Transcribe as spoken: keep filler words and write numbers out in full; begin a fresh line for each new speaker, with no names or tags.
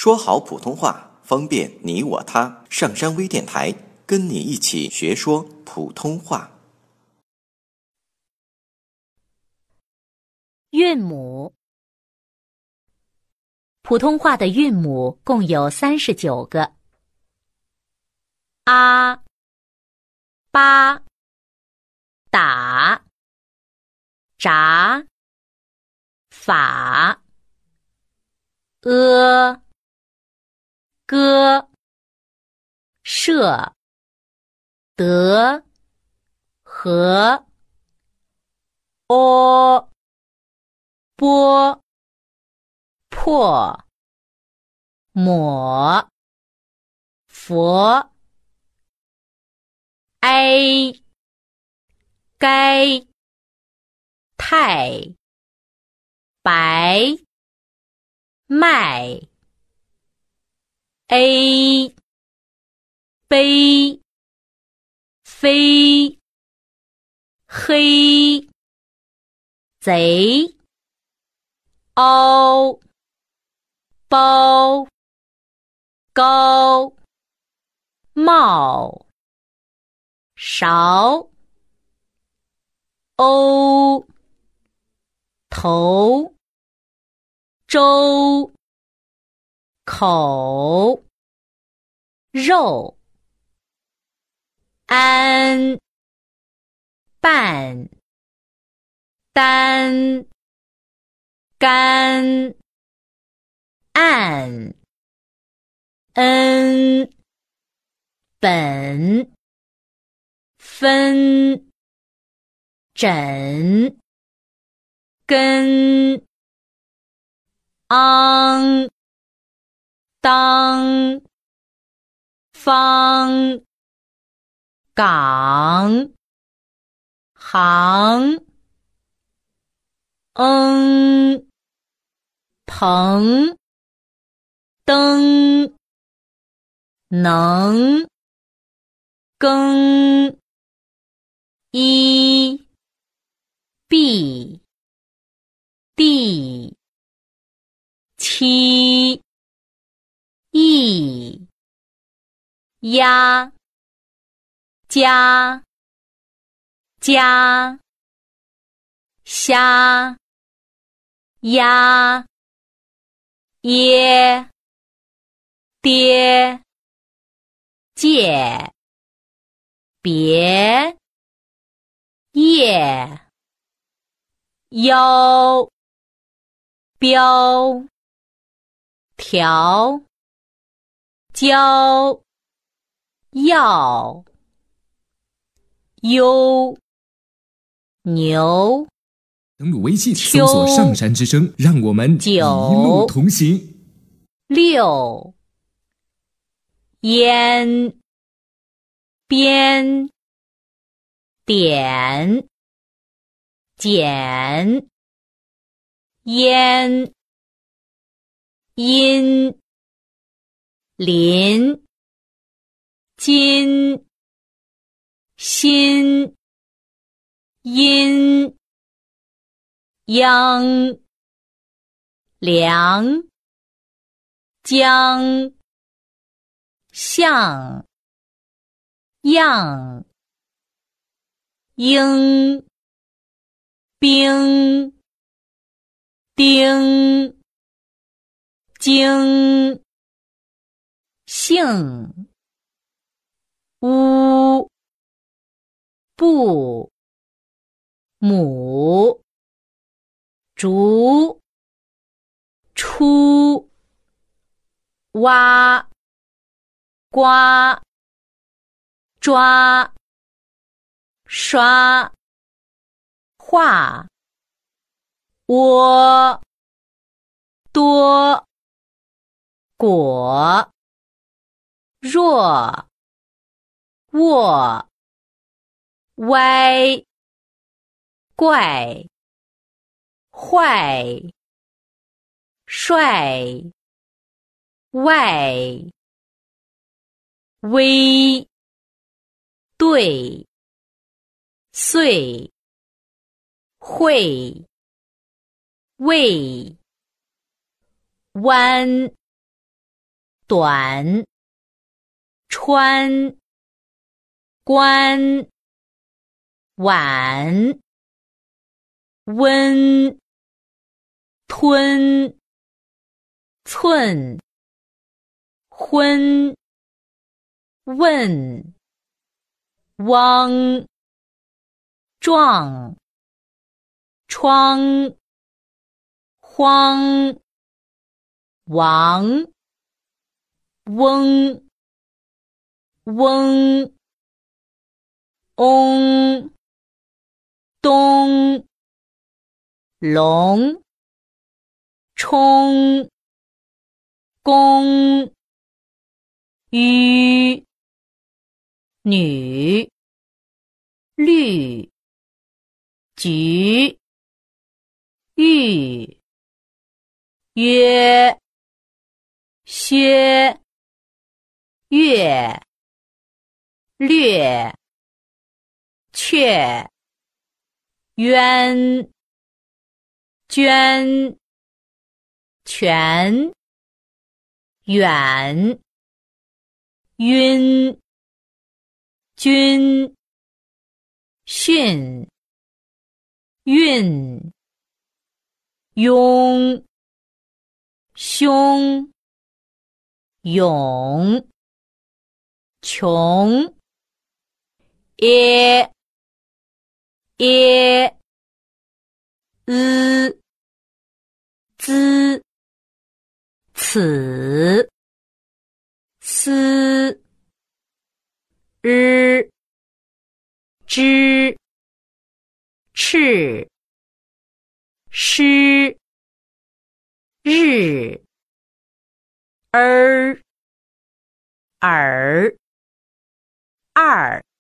说好普通话，方便你我他。上山微电台跟你一起学说普通话。
韵母。普通话的韵母共有三十九个：啊、巴、打、札、法、呃、歌、社、得、和、喔、波、破、抹、佛、哀、该、太、白、麦、A、悲、飞、黑、贼、凹、包、高、帽、勺、欧、头、周、口、肉、安、半、单、干、暗、恩、本、分、枕、根、昂、当、方、港、行、嗯、朋、灯、能、更、一、必、地、七、一、鸭、家、家、虾、鸭、耶、爹、借、别、业、腰、标、条、交、要、优、牛。
登录微信，搜索上山之声，让我们一路同行。
六、烟、边、点、剪、烟、阴、临、金、心、阴、央、梁、江、象、样、应、兵、丁、经、姓、乌、不、母、竹、出、挖、刮、抓、刷、画、窝、多、果、弱、卧、歪、怪、坏、帅、外、微、对、岁、会、味、弯、 短，穿，关，晚，温，吞，寸，荤，问，汪，壮，窗，荒，王，翁，翁，翁，东，龙，冲，公，淤，女，绿，橘，玉，约，薛，月，略，却，渊，捐，全，远，晕，君，训，运，庸，凶，勇，穷，耶，耶，으，滋，此，思，日，知，赤，诗，日，儿，耳，二。